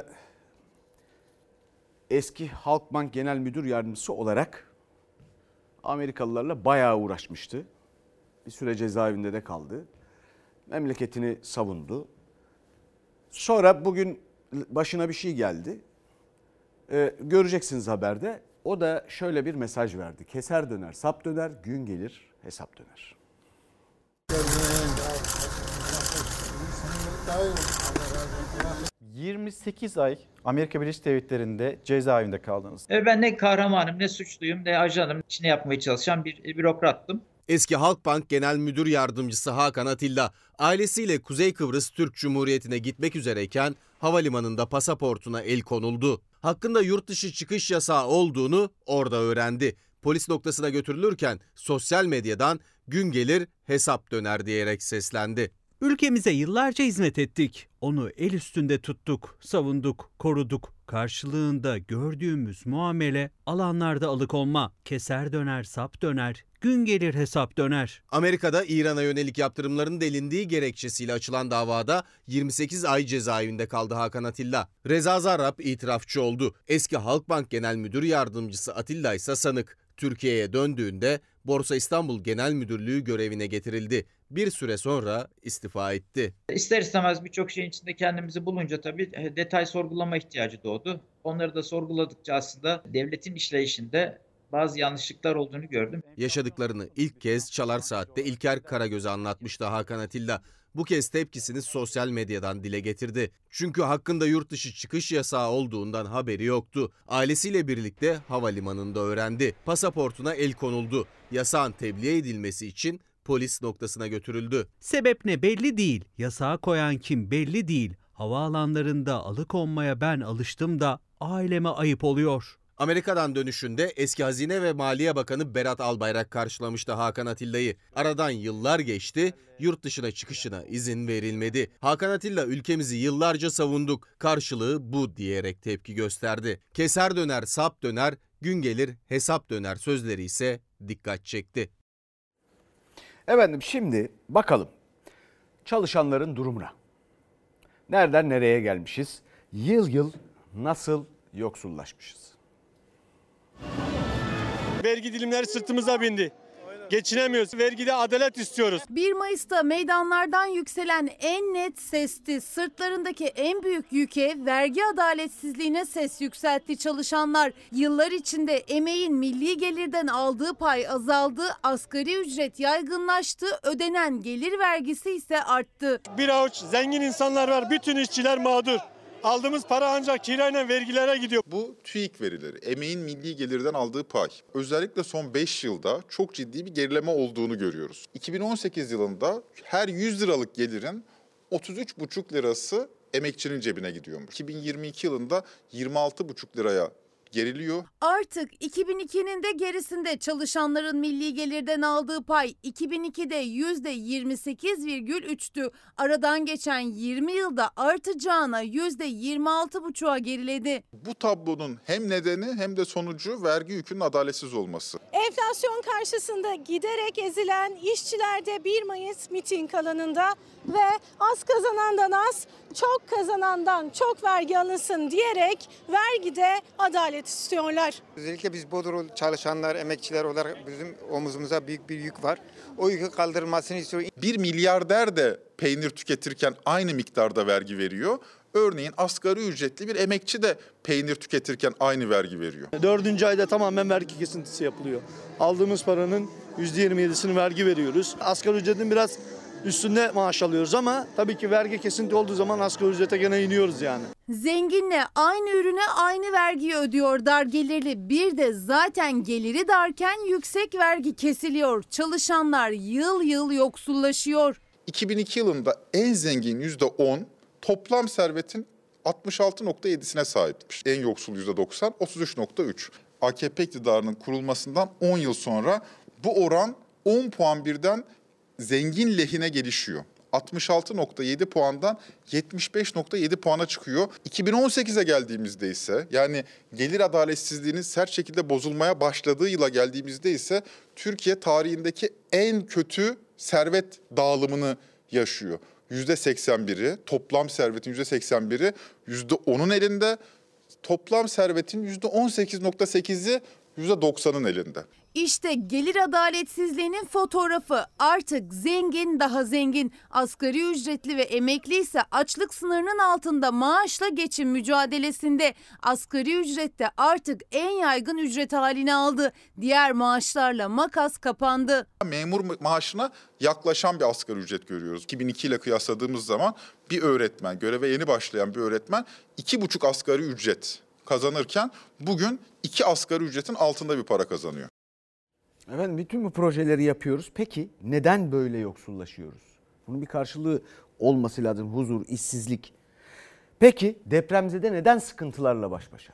eski Halkbank Genel Müdür Yardımcısı olarak Amerikalılarla bayağı uğraşmıştı. Bir süre cezaevinde de kaldı. Memleketini savundu. Sonra bugün başına bir şey geldi. Göreceksiniz haberde. O da şöyle bir mesaj verdi. Keser döner, sap döner, gün gelir, hesap döner. 28 ay Amerika Birleşik Devletleri'nde cezaevinde kaldınız. Ben ne kahramanım, ne suçluyum, ne ajanım. İçine yapmaya çalışan bir bürokrattım. Eski Halkbank Genel Müdür Yardımcısı Hakan Atilla, ailesiyle Kuzey Kıbrıs Türk Cumhuriyeti'ne gitmek üzereyken havalimanında pasaportuna el konuldu. Hakkında yurt dışı çıkış yasağı olduğunu orada öğrendi. Polis noktasına götürülürken sosyal medyadan "gün gelir hesap döner" diyerek seslendi. Ülkemize yıllarca hizmet ettik. Onu el üstünde tuttuk, savunduk, koruduk. Karşılığında gördüğümüz muamele alanlarda alıkonma. Keser döner, sap döner, gün gelir hesap döner. Amerika'da İran'a yönelik yaptırımların delindiği gerekçesiyle açılan davada 28 ay cezaevinde kaldı Hakan Atilla. Reza Zarrab itirafçı oldu. Eski Halkbank Genel Müdür Yardımcısı Atilla ise sanık. Türkiye'ye döndüğünde Borsa İstanbul Genel Müdürlüğü görevine getirildi. Bir süre sonra istifa etti. İster istemez birçok şeyin içinde kendimizi bulunca tabii detay sorgulama ihtiyacı doğdu. Onları da sorguladıkça aslında devletin işleyişinde bazı yanlışlıklar olduğunu gördüm. Yaşadıklarını ilk kez Çalar Saat'te İlker Karagöz'e anlatmıştı Hakan Atilla. Bu kez tepkisini sosyal medyadan dile getirdi. Çünkü hakkında yurt dışı çıkış yasağı olduğundan haberi yoktu. Ailesiyle birlikte havalimanında öğrendi. Pasaportuna el konuldu. Yasağın tebliğ edilmesi için polis noktasına götürüldü. Sebep ne belli değil, yasağı koyan kim belli değil. Havaalanlarında alıkonmaya ben alıştım da aileme ayıp oluyor. Amerika'dan dönüşünde eski Hazine ve Maliye Bakanı Berat Albayrak karşılamıştı Hakan Atilla'yı. Aradan yıllar geçti, yurt dışına çıkışına izin verilmedi. Hakan Atilla "ülkemizi yıllarca savunduk, karşılığı bu" diyerek tepki gösterdi. Keser döner, sap döner, gün gelir hesap döner sözleri ise dikkat çekti. Efendim şimdi bakalım çalışanların durumuna. Nereden nereye gelmişiz? Yıl yıl nasıl yoksullaşmışız? Vergi dilimleri sırtımıza bindi. Geçinemiyoruz. Vergide adalet istiyoruz. 1 Mayıs'ta meydanlardan yükselen en net sesti. Sırtlarındaki en büyük yüke, vergi adaletsizliğine ses yükseltti çalışanlar. Yıllar içinde emeğin milli gelirden aldığı pay azaldı, asgari ücret yaygınlaştı, ödenen gelir vergisi ise arttı. Bir avuç zengin insanlar var. Bütün işçiler mağdur. Aldığımız para ancak kirayla vergilere gidiyor. Bu TÜİK verileri, emeğin milli gelirden aldığı pay. Özellikle son 5 yılda çok ciddi bir gerileme olduğunu görüyoruz. 2018 yılında her 100 liralık gelirin 33,5 lirası emekçinin cebine gidiyormuş. 2022 yılında 26,5 liraya geriliyor. Artık 2002'nin de gerisinde çalışanların milli gelirden aldığı pay 2002'de %28,3'tü. Aradan geçen 20 yılda artacağına %26,5'a geriledi. Bu tablonun hem nedeni hem de sonucu vergi yükünün adaletsiz olması. Enflasyon karşısında giderek ezilen işçiler de 1 Mayıs miting alanında ve az kazanandan az, çok kazanandan çok vergi alınsın diyerek vergide adalet istiyorlar. Özellikle biz Bodrum çalışanlar, emekçiler olarak bizim omuzumuza büyük bir yük var. O yükü kaldırılmasını istiyoruz. 1 milyarder de peynir tüketirken aynı miktarda vergi veriyor. Örneğin asgari ücretli bir emekçi de peynir tüketirken aynı vergi veriyor. 4. ayda tamamen vergi kesintisi yapılıyor. Aldığımız paranın %27'sini vergi veriyoruz. Asgari ücretin biraz üstünde maaş alıyoruz ama tabii ki vergi kesinti olduğu zaman asgari ücrete gene iniyoruz yani. Zenginle aynı ürüne aynı vergiyi ödüyor dar gelirli. Bir de zaten geliri darken yüksek vergi kesiliyor. Çalışanlar yıl yıl yoksullaşıyor. 2002 yılında en zengin %10 toplam servetin 66,7'sine sahipmiş. En yoksul %90, 33,3. AKP iktidarının kurulmasından 10 yıl sonra bu oran 10 puan birden zengin lehine gelişiyor. 66,7 puandan 75,7 puana çıkıyor. 2018'e geldiğimizde ise yani gelir adaletsizliğinin sert şekilde bozulmaya başladığı yıla geldiğimizde ise Türkiye tarihindeki en kötü servet dağılımını yaşıyor. %81'i, toplam servetin %81'i %10'un elinde, toplam servetin %18,8'i %90'ın elinde. İşte gelir adaletsizliğinin fotoğrafı. Artık zengin daha zengin. Asgari ücretli ve emekli ise açlık sınırının altında maaşla geçim mücadelesinde. Asgari ücret de artık en yaygın ücret halini aldı. Diğer maaşlarla makas kapandı. Memur maaşına yaklaşan bir asgari ücret görüyoruz. 2002 ile kıyasladığımız zaman bir öğretmen, göreve yeni başlayan bir öğretmen 2,5 asgari ücret kazanırken bugün 2 asgari ücretin altında bir para kazanıyor. Efendim bütün bu projeleri yapıyoruz. Peki neden böyle yoksullaşıyoruz? Bunun bir karşılığı olması lazım. Huzur, işsizlik. Peki depremzede neden sıkıntılarla baş başa?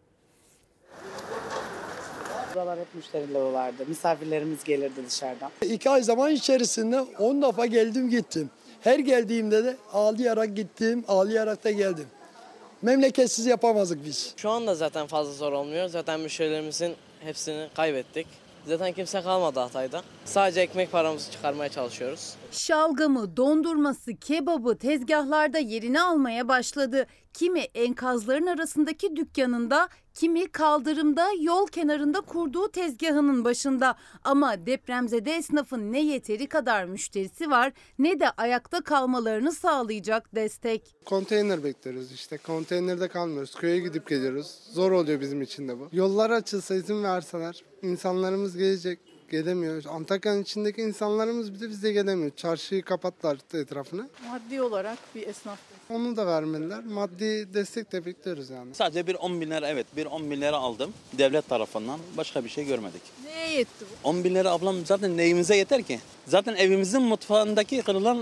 Buralar hep müşteriler vardı. Misafirlerimiz gelirdi dışarıdan. 2 ay zaman içerisinde 10 defa geldim gittim. Her geldiğimde de ağlayarak gittim, ağlayarak da geldim. Memleketsiz yapamazdık biz. Şu anda zaten fazla zor olmuyor. Zaten müşterilerimizin hepsini kaybettik. Zaten kimse kalmadı Hatay'da. Sadece ekmek paramızı çıkarmaya çalışıyoruz. Şalgamı, dondurması, kebabı tezgahlarda yerini almaya başladı. Kimi enkazların arasındaki dükkanında, kimi kaldırımda, yol kenarında kurduğu tezgahının başında. Ama depremzede esnafın ne yeteri kadar müşterisi var ne de ayakta kalmalarını sağlayacak destek. Konteyner bekliyoruz işte. Konteynerde kalmıyoruz. Köye gidip geliyoruz. Zor oluyor bizim için de bu. Yollar açılsa, izin verseler, insanlarımız gelecek. Gelemiyor. Antakya'nın içindeki insanlarımız bir de bizde gelemiyor. Çarşıyı kapattılar etrafını. Maddi olarak bir esnaf. Onu da vermediler. Maddi destek de bekliyoruz yani. Sadece bir 10 bin lira, evet bir 10 bin lira aldım devlet tarafından. Başka bir şey görmedik. Neye yetti bu? 10 bin lira ablam zaten neyimize yeter ki? Zaten evimizin mutfağındaki kırılan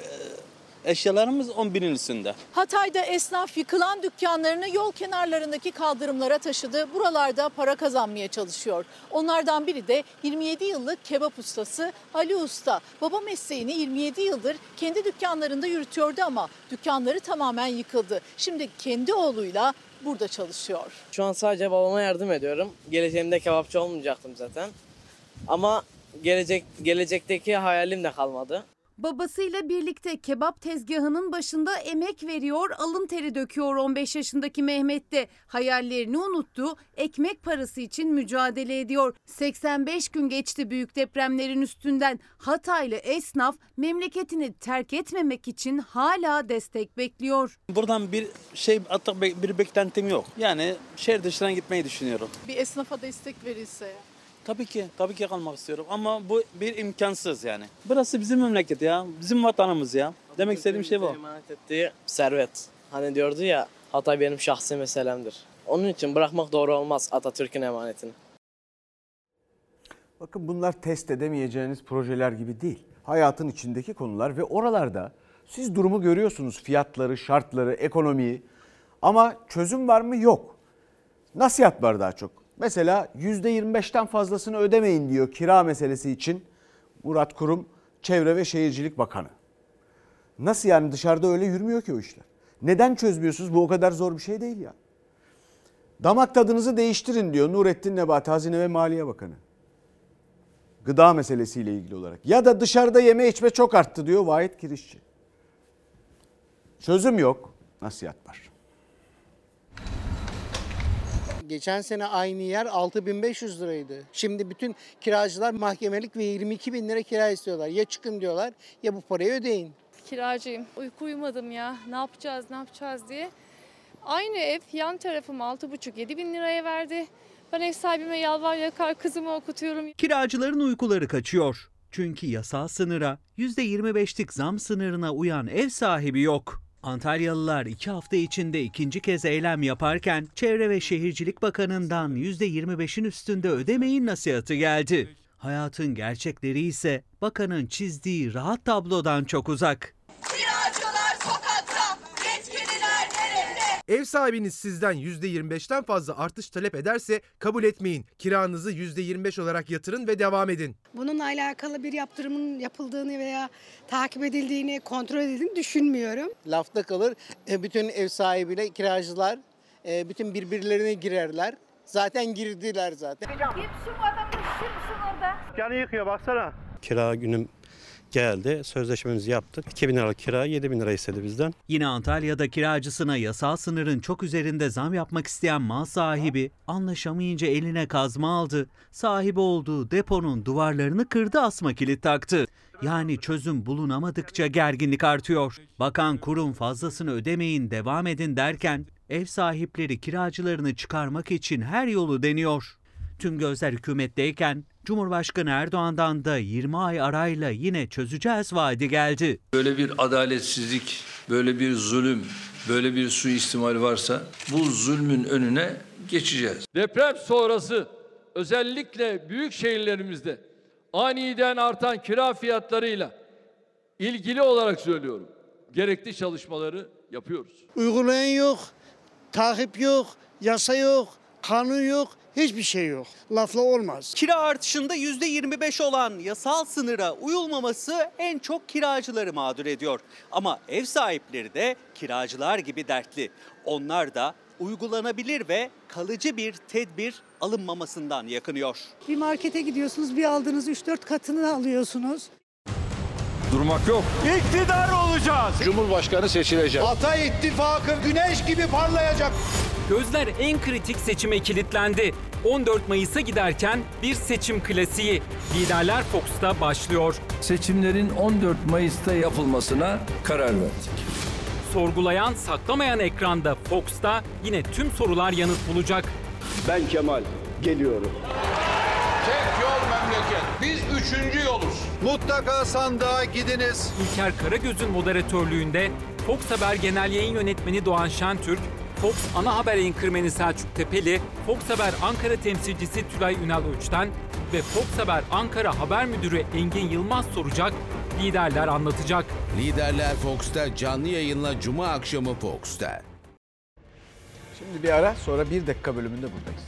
eşyalarımız 10 binin üstünde. Hatay'da esnaf yıkılan dükkanlarını yol kenarlarındaki kaldırımlara taşıdı. Buralarda para kazanmaya çalışıyor. Onlardan biri de 27 yıllık kebap ustası Ali Usta. Baba mesleğini 27 yıldır kendi dükkanlarında yürütüyordu ama dükkanları tamamen yıkıldı. Şimdi kendi oğluyla burada çalışıyor. Şu an sadece babama yardım ediyorum. Geleceğimde kebapçı olmayacaktım zaten. Ama gelecekteki hayalim de kalmadı. Babasıyla birlikte kebap tezgahının başında emek veriyor, alın teri döküyor 15 yaşındaki Mehmet de. Hayallerini unuttu, ekmek parası için mücadele ediyor. 85 gün geçti büyük depremlerin üstünden. Hataylı esnaf memleketini terk etmemek için hala destek bekliyor. Buradan bir beklentim yok. Yani şehir dışına gitmeyi düşünüyorum. Bir esnafa destek verilse. Tabii ki kalmak istiyorum ama bu bir imkansız yani. Burası bizim memleket ya, bizim vatanımız ya. Demek istediğim şey bu. Emanet ettiği servet. Hani diyordu ya, Hatay benim şahsi meselemdir. Onun için bırakmak doğru olmaz Atatürk'ün emanetini. Bakın bunlar test edemeyeceğiniz projeler gibi değil. Hayatın içindeki konular ve oralarda siz durumu görüyorsunuz. Fiyatları, şartları, ekonomiyi. Ama çözüm var mı? Yok. Nasihat var daha çok. Mesela %25'ten fazlasını ödemeyin diyor kira meselesi için Murat Kurum, Çevre ve Şehircilik Bakanı. Nasıl yani, dışarıda öyle yürümüyor ki o işler. Neden çözmüyorsunuz? Bu o kadar zor bir şey değil ya. Damak tadınızı değiştirin diyor Nurettin Nebati, Hazine ve Maliye Bakanı. Gıda meselesiyle ilgili olarak. Ya da dışarıda yeme içme çok arttı diyor Vahit Kirişçi. Çözüm yok, nasihat var. Geçen sene aynı yer 6.500 liraydı. Şimdi bütün kiracılar mahkemelik ve 22 bin lira kira istiyorlar. Ya çıkın diyorlar ya bu parayı ödeyin. Kiracıyım. Uyumadım ya. Ne yapacağız diye. Aynı ev yan tarafım 6,5-7 bin liraya verdi. Ben ev sahibime yalvar yakar kızımı okutuyorum. Kiracıların uykuları kaçıyor. Çünkü yasal sınıra %25'lik zam sınırına uyan ev sahibi yok. Antalyalılar 2 hafta içinde ikinci kez eylem yaparken Çevre ve Şehircilik Bakanı'ndan %25'in üstünde ödemeyin nasihatı geldi. Hayatın gerçekleri ise bakanın çizdiği rahat tablodan çok uzak. Kiracılar sokakta, yetkililer nerede? Ev sahibiniz sizden %25'ten fazla artış talep ederse kabul etmeyin. Kiranızı %25 olarak yatırın ve devam edin. Bununla alakalı bir yaptırımın yapıldığını veya takip edildiğini, kontrol edildiğini düşünmüyorum. Lafta kalır. Bütün ev sahibiyle kiracılar bütün birbirlerine girerler. Zaten girdiler zaten. Kimsin vatandaş, kimsin orada? Dükkanı yıkıyor baksana. Kira günüm geldi. Sözleşmemizi yaptık. 2.000 liralık kira 7.000 lira istedi bizden. Yine Antalya'da kiracısına yasal sınırın çok üzerinde zam yapmak isteyen mal sahibi anlaşamayınca eline kazma aldı. Sahibi olduğu deponun duvarlarını kırdı, asma kilit taktı. Yani çözüm bulunamadıkça gerginlik artıyor. Bakan kurum fazlasını ödemeyin, devam edin derken ev sahipleri kiracılarını çıkarmak için her yolu deniyor. Tüm gözler hükümetteyken Cumhurbaşkanı Erdoğan'dan da 20 ay arayla yine çözeceğiz vaadi geldi. Böyle bir adaletsizlik, böyle bir zulüm, böyle bir suistimal varsa bu zulmün önüne geçeceğiz. Deprem sonrası özellikle büyük şehirlerimizde aniden artan kira fiyatlarıyla ilgili olarak söylüyorum. Gerekli çalışmaları yapıyoruz. Uygulayan yok, takip yok, yasa yok, kanun yok, hiçbir şey yok. Lafla olmaz. Kira artışında %25 olan yasal sınıra uyulmaması en çok kiracıları mağdur ediyor. Ama ev sahipleri de kiracılar gibi dertli. Onlar da uygulanabilir ve kalıcı bir tedbir alınmamasından yakınıyor. Bir markete gidiyorsunuz, bir aldığınız 3-4 katını alıyorsunuz. Durmak yok. İktidar olacağız. Cumhurbaşkanı seçilecek. Ata İttifakı güneş gibi parlayacak. Gözler en kritik seçime kilitlendi. 14 Mayıs'a giderken bir seçim klasiği. Liderler Fox'ta başlıyor. Seçimlerin 14 Mayıs'ta yapılmasına karar verdik. Sorgulayan, saklamayan ekranda Fox'ta yine tüm sorular yanıt bulacak. Ben Kemal, geliyorum. Tek yol memleket. Biz 3. yoluz. Mutlaka sandığa gidiniz. İlker Karagöz'ün moderatörlüğünde Fox Haber Genel Yayın Yönetmeni Doğan Şentürk, Fox Ana Haber Enkırmeni Selçuk Tepeli, Fox Haber Ankara temsilcisi Tülay Ünal Öçten ve Fox Haber Ankara Haber Müdürü Engin Yılmaz soracak, liderler anlatacak. Liderler Fox'ta canlı yayınla Cuma akşamı Fox'ta. Şimdi bir ara, sonra 1 dakika bölümünde buradayız.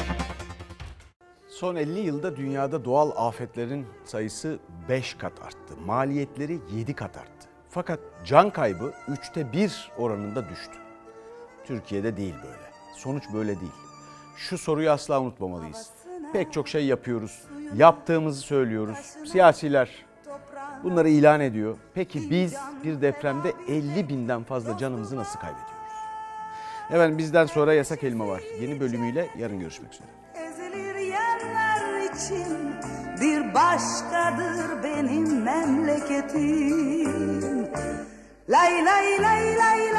Son 50 yılda dünyada doğal afetlerin sayısı 5 kat arttı. Maliyetleri 7 kat arttı. Fakat can kaybı 1/3 oranında düştü. Türkiye'de değil böyle. Sonuç böyle değil. Şu soruyu asla unutmamalıyız. Pek çok şey yapıyoruz. Yaptığımızı söylüyoruz. Siyasiler bunları ilan ediyor. Peki biz bir depremde 50.000'den fazla canımızı nasıl kaybediyoruz? Efendim bizden sonra Yasak Elma var. Yeni bölümüyle yarın görüşmek üzere. Ezilir yerler için bir başkadır benim memleketim. Lay lay lay lay lay.